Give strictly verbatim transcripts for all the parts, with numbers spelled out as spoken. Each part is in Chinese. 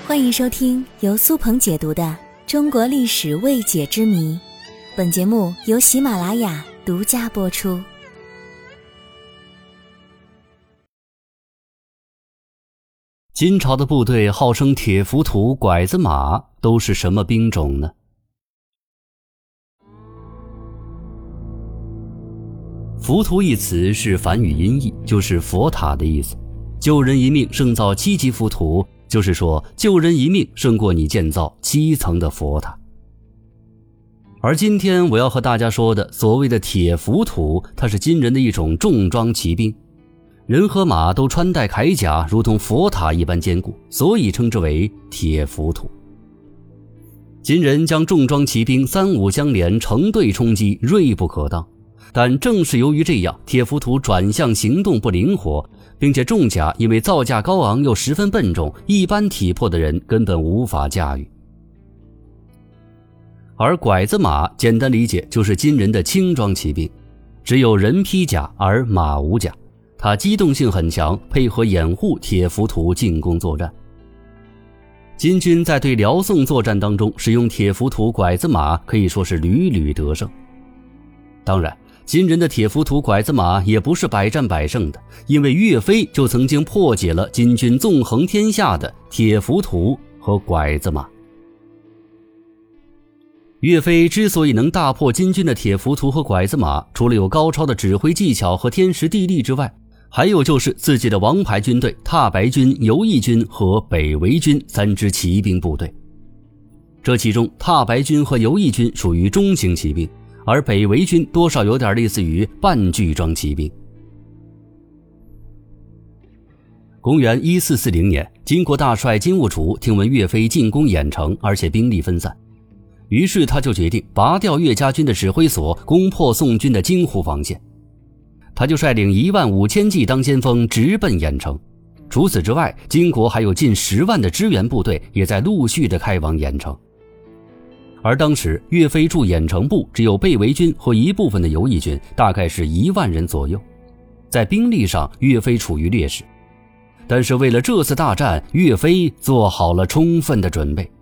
欢迎收听由苏鹏解读的《中国历史未解之谜》，本节目由喜马拉雅独家播出。 金朝的部队号称铁浮屠、拐子马，都是什么兵种呢？浮屠一词是梵语音译，就是佛塔的意思。救人一命胜造七级浮屠，就是说救人一命胜过你建造七层的佛塔。而今天我要和大家说的所谓的铁浮屠，它是金人的一种重装骑兵，人和马都穿戴铠甲，如同佛塔一般坚固，所以称之为铁浮屠。金人将重装骑兵三五相连，成队冲击，锐不可当。但正是由于这样，铁浮屠转向行动不灵活，并且重甲因为造价高昂又十分笨重，一般体魄的人根本无法驾驭。而拐子马简单理解就是金人的轻装骑兵，只有人披甲而马无甲，它机动性很强，配合掩护铁浮屠进攻作战。金军在对辽宋作战当中使用铁浮屠、拐子马，可以说是屡屡得胜。当然金人的铁浮屠、拐子马也不是百战百胜的，因为岳飞就曾经破解了金军纵横天下的铁浮屠和拐子马。岳飞之所以能大破金军的铁浮屠和拐子马，除了有高超的指挥技巧和天时地利之外，还有就是自己的王牌军队踏白军、游弋军和北围军三支骑兵部队。这其中踏白军和游弋军属于中型骑兵，而北围军多少有点类似于半巨装骑兵。公元一四四零年，金国大帅金兀术听闻岳飞进攻郾城，而且兵力分散，于是他就决定拔掉岳家军的指挥所，攻破宋军的京湖防线。他就率领一万五千骑当先锋，直奔郾城。除此之外，金国还有近十万的支援部队也在陆续的开往郾城。而当时岳飞驻郾城部只有北围军和一部分的游弋军，大概是一万人左右，在兵力上岳飞处于劣势。但是为了这次大战，岳飞做好了充分的准备。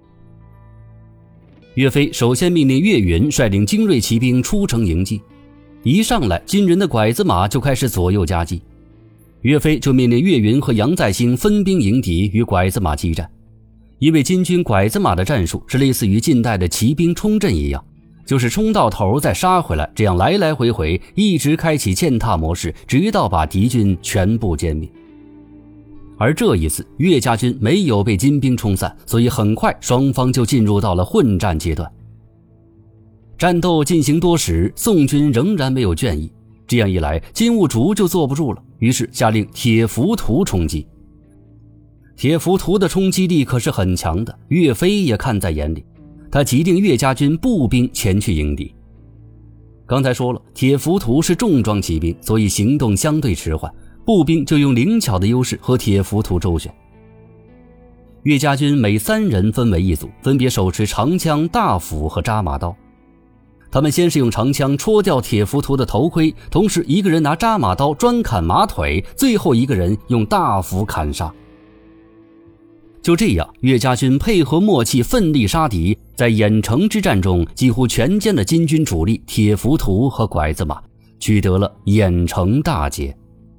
岳飞首先命令岳允率领精锐骑兵出城迎击，一上来金人的拐子马就开始左右夹击，岳飞就命令岳允和杨再兴分兵迎敌，与拐子马激战。因为金军拐子马的战术是类似于近代的骑兵冲阵一样，就是冲到头再杀回来，这样来来回回一直开启践踏模式，直到把敌军全部歼灭。而这一次岳家军没有被金兵冲散，所以很快双方就进入到了混战阶段。战斗进行多时，宋军仍然没有倦意，这样一来金兀术就坐不住了，于是下令铁浮屠冲击。铁浮屠的冲击力可是很强的，岳飞也看在眼里，他急令岳家军步兵前去迎敌。刚才说了，铁浮屠是重装骑兵，所以行动相对迟缓，步兵就用灵巧的优势和铁浮屠周旋。岳家军每三人分为一组，分别手持长枪、大斧和扎马刀。他们先是用长枪戳掉铁浮屠的头盔，同时一个人拿扎马刀专砍马腿，最后一个人用大斧砍杀。就这样，岳家军配合默契，奋力杀敌，在郾城之战中几乎全歼了金军主力铁浮屠和拐子马，取得了郾城大捷。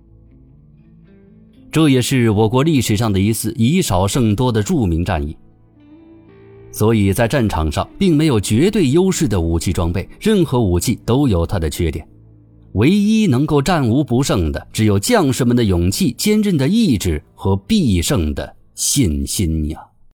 这也是我国历史上的一次以少胜多的著名战役。所以在战场上并没有绝对优势的武器装备，任何武器都有它的缺点，唯一能够战无不胜的，只有将士们的勇气、坚韧的意志和必胜的信心呀。